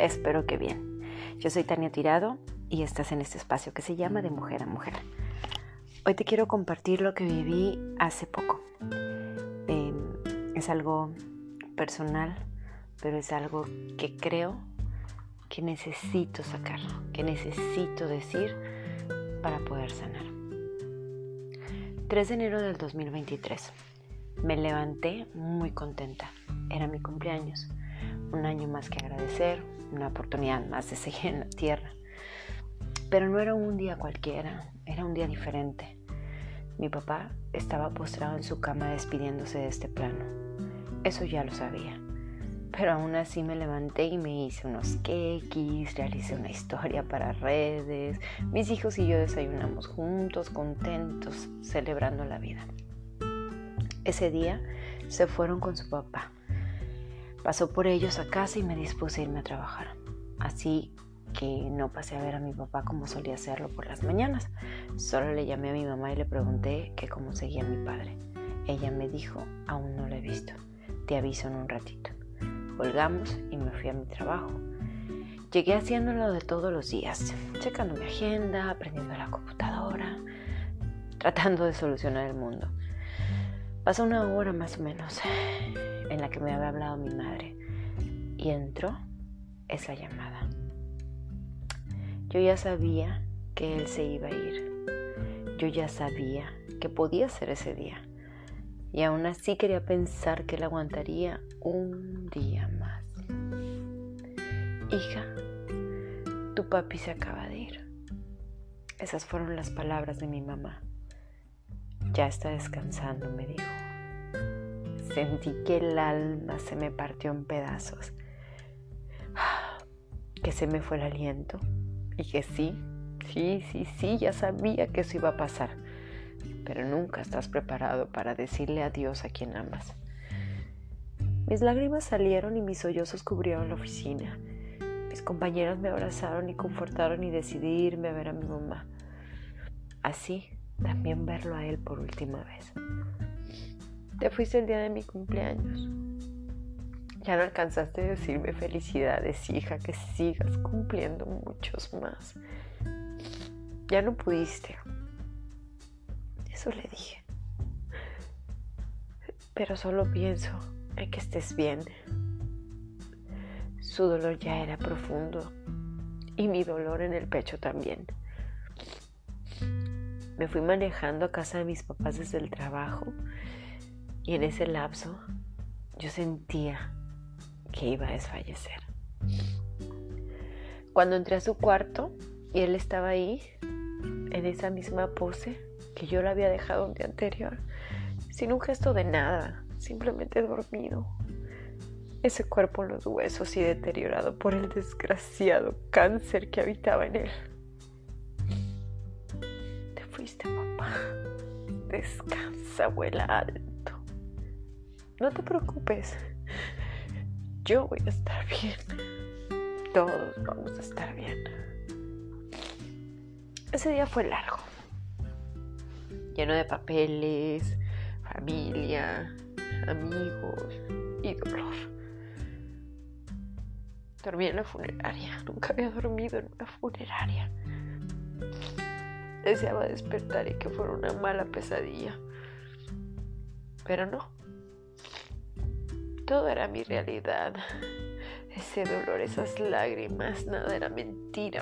Espero que bien. Yo soy Tania Tirado y estás en este espacio que se llama De Mujer a Mujer. Hoy te quiero compartir lo que viví hace poco. Es algo personal, pero es algo que creo que necesito sacar, que necesito decir para poder sanar. 3 de enero del 2023. Me levanté muy contenta. Era mi cumpleaños. Un año más que agradecer, una oportunidad más de seguir en la tierra. Pero no era un día cualquiera, era un día diferente. Mi papá estaba postrado en su cama despidiéndose de este plano. Eso ya lo sabía. Pero aún así me levanté y me hice unos quequis, realicé una historia para redes. Mis hijos y yo desayunamos juntos, contentos, celebrando la vida. Ese día se fueron con su papá. Pasó por ellos a casa y me dispuse a irme a trabajar. Así que no pasé a ver a mi papá como solía hacerlo por las mañanas. Solo le llamé a mi mamá y le pregunté que cómo seguía mi padre. Ella me dijo, aún no lo he visto. Te aviso en un ratito. Colgamos y me fui a mi trabajo. Llegué haciéndolo de todos los días, checando mi agenda, aprendiendo la computadora, tratando de solucionar el mundo. Pasó una hora más o menos en la que me había hablado mi madre y entró esa llamada. Yo ya sabía que él se iba a ir. Yo ya sabía que podía ser ese día. Y aún así quería pensar que él aguantaría un día más. Hija, tu papi se acaba de ir. Esas fueron las palabras de mi mamá. Ya está descansando, me dijo. Sentí que el alma se me partió en pedazos, que se me fue el aliento y que sí, ya sabía que eso iba a pasar, pero nunca estás preparado para decirle adiós a quien amas. Mis lágrimas salieron y mis sollozos cubrieron la oficina. Mis compañeras me abrazaron y confortaron y decidí irme a ver a mi mamá. Así, también verlo a él por última vez. Te fuiste el día de mi cumpleaños. Ya no alcanzaste a decirme felicidades, hija, que sigas cumpliendo muchos más. Ya no pudiste. Eso le dije. Pero solo pienso en que estés bien. Su dolor ya era profundo y mi dolor en el pecho también. Me fui manejando a casa de mis papás desde el trabajo. Y en ese lapso yo sentía que iba a desfallecer. Cuando entré a su cuarto y él estaba ahí, en esa misma pose que yo lo había dejado un día anterior, sin un gesto de nada, simplemente dormido. Ese cuerpo en los huesos y deteriorado por el desgraciado cáncer que habitaba en él. Te fuiste, papá. Descansa, vuela alto. No te preocupes, yo voy a estar bien. Todos vamos a estar bien. Ese día fue largo, lleno de papeles, familia, amigos y dolor. Dormí en la funeraria, nunca había dormido en una funeraria. Deseaba despertar y que fuera una mala pesadilla, pero no. Todo era mi realidad. Ese dolor, esas lágrimas, nada era mentira.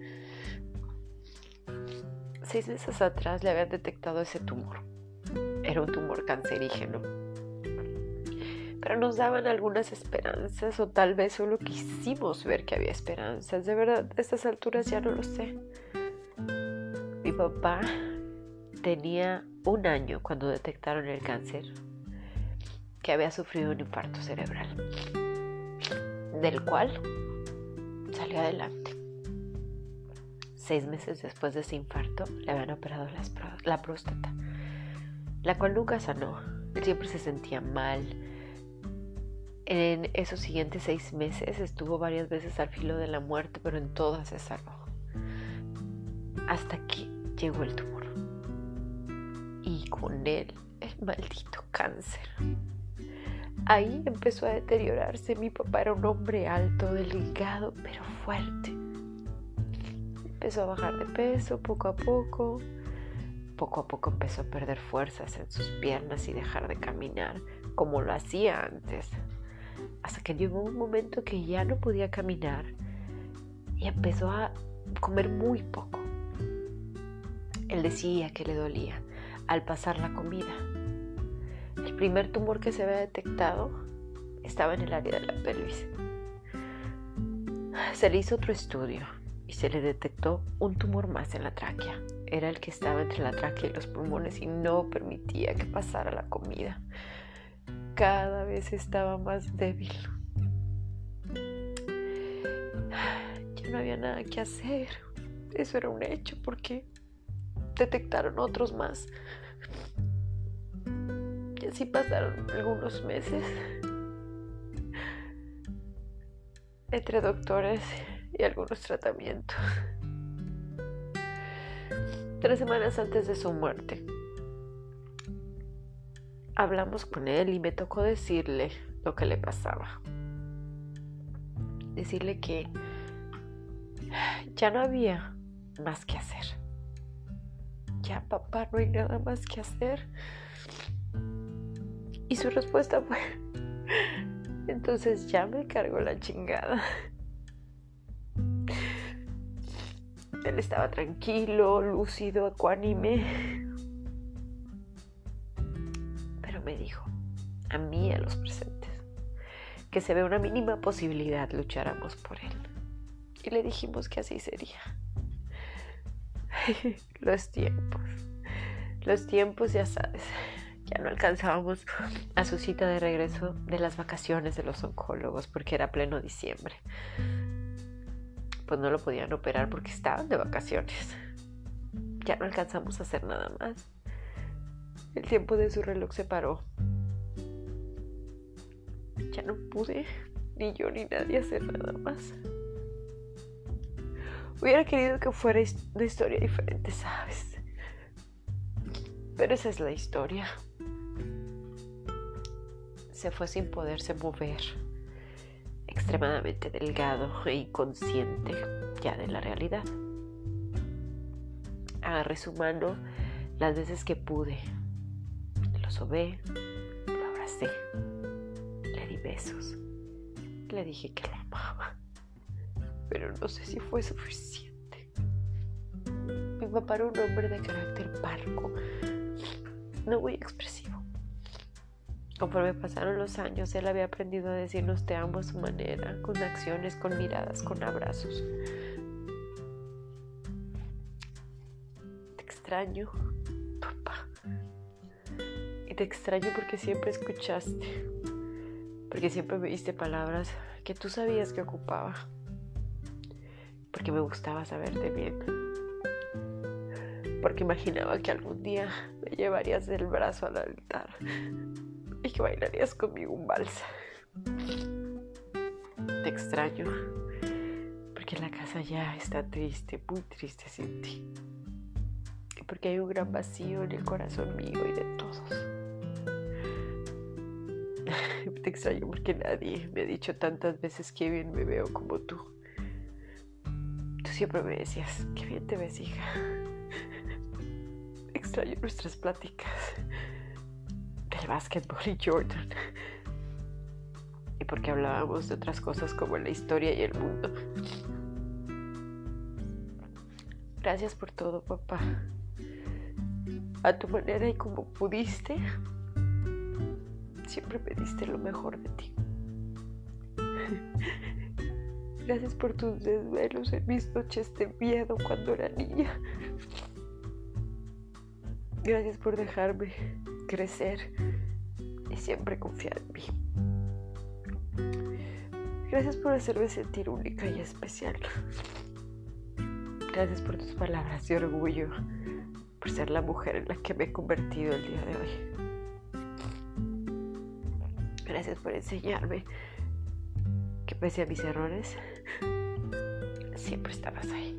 6 meses atrás le habían detectado ese tumor. Era un tumor cancerígeno. Pero nos daban algunas esperanzas, o tal vez solo quisimos ver que había esperanzas. De verdad, a estas alturas ya no lo sé. Mi papá tenía 1 año cuando detectaron el cáncer, que había sufrido un infarto cerebral, del cual salió adelante. 6 meses después de ese infarto le habían operado la próstata, la cual nunca sanó. Él siempre se sentía mal. En esos siguientes 6 meses estuvo varias veces al filo de la muerte, pero en todas se salvó. Hasta que llegó el tumor. Y con él, el maldito cáncer. Ahí empezó a deteriorarse. Mi papá era un hombre alto, delgado, pero fuerte. Empezó a bajar de peso poco a poco. Poco a poco empezó a perder fuerzas en sus piernas y dejar de caminar como lo hacía antes. Hasta que llegó un momento que ya no podía caminar y empezó a comer muy poco. Él decía que le dolía al pasar la comida. El primer tumor que se había detectado estaba en el área de la pelvis. Se le hizo otro estudio y se le detectó un tumor más en la tráquea. Era el que estaba entre la tráquea y los pulmones y no permitía que pasara la comida. Cada vez estaba más débil. Ya no había nada que hacer. Eso era un hecho porque detectaron otros más. Y así pasaron algunos meses entre doctores y algunos tratamientos. 3 semanas antes de su muerte, hablamos con él y me tocó decirle lo que le pasaba. Decirle que ya no había más que hacer. Ya, papá, no hay nada más que hacer. Y su respuesta fue: entonces ya me cargó la chingada. Él estaba tranquilo, lúcido, ecuánime. Pero me dijo, a mí y a los presentes, que se ve una mínima posibilidad lucháramos por él. Y le dijimos que así sería. Los tiempos, ya sabes. Ya no alcanzábamos a su cita de regreso de las vacaciones de los oncólogos porque era pleno diciembre. Pues no lo podían operar porque estaban de vacaciones. Ya no alcanzamos a hacer nada más. El tiempo de su reloj se paró. Ya no pude, ni yo ni nadie, hacer nada más. Hubiera querido que fuera una historia diferente, ¿sabes? Pero esa es la historia. Se fue sin poderse mover, extremadamente delgado e inconsciente ya de la realidad. Agarré su mano las veces que pude. Lo sobé, lo abracé, le di besos, le dije que lo amaba. Pero no sé si fue suficiente. Mi papá era un hombre de carácter parco, no muy expresivo. Conforme pasaron los años, él había aprendido a decirnos te amo a su manera, con acciones, con miradas, con abrazos. Te extraño, papá. Y te extraño porque siempre escuchaste, porque siempre me diste palabras que tú sabías que ocupaba, porque me gustaba saberte bien, porque imaginaba que algún día me llevarías del brazo al altar y que bailarías conmigo un vals. Te extraño porque la casa ya está triste, muy triste sin ti, y porque hay un gran vacío en el corazón mío y de todos. Te extraño porque nadie me ha dicho tantas veces qué bien me veo como tú. Tú siempre me decías, qué bien te ves, hija. Extraño nuestras pláticas del básquetbol y Jordan. Y porque hablábamos de otras cosas como la historia y el mundo. Gracias por todo, papá. A tu manera y como pudiste, siempre me diste lo mejor de ti. Gracias por tus desvelos en mis noches de miedo cuando era niña. Gracias por dejarme crecer y siempre confiar en mí. Gracias por hacerme sentir única y especial. Gracias por tus palabras de orgullo, por ser la mujer en la que me he convertido el día de hoy. Gracias por enseñarme que pese a mis errores, siempre estabas ahí.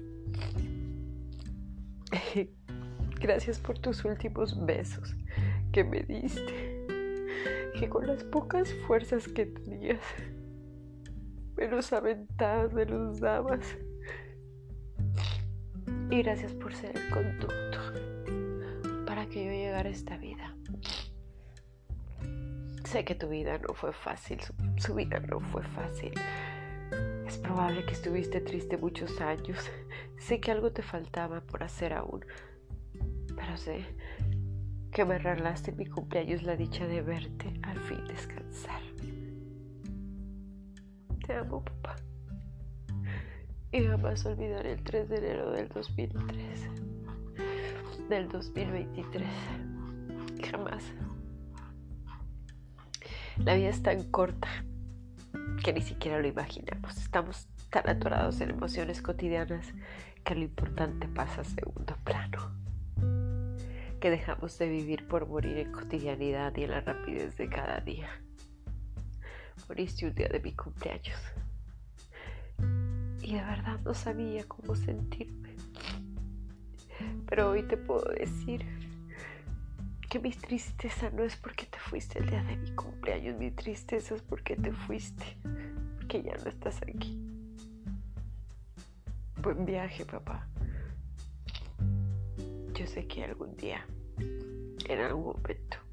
Gracias por tus últimos besos que me diste. que con las pocas fuerzas que tenías me los aventabas, me los dabas. Y gracias por ser el conducto para que yo llegara a esta vida. Sé que tu vida no fue fácil, su vida no fue fácil. Es probable que estuviste triste muchos años. Sé que algo te faltaba por hacer aún, pero sé que me regalaste en mi cumpleaños la dicha de verte al fin descansar. Te amo, papá. Y jamás olvidaré el 3 de enero del 2023. Jamás. La vida es tan corta que ni siquiera lo imaginamos. Estamos tan atorados en emociones cotidianas que lo importante pasa a segundo plano. Que dejamos de vivir por morir en cotidianidad y en la rapidez de cada día. Moriste un día de mi cumpleaños. Y de verdad no sabía cómo sentirme. Pero hoy te puedo decir que mi tristeza no es porque te fuiste el día de mi cumpleaños. Mi tristeza es porque te fuiste, porque ya no estás aquí. Buen viaje, papá. Yo sé que algún día, en algún momento,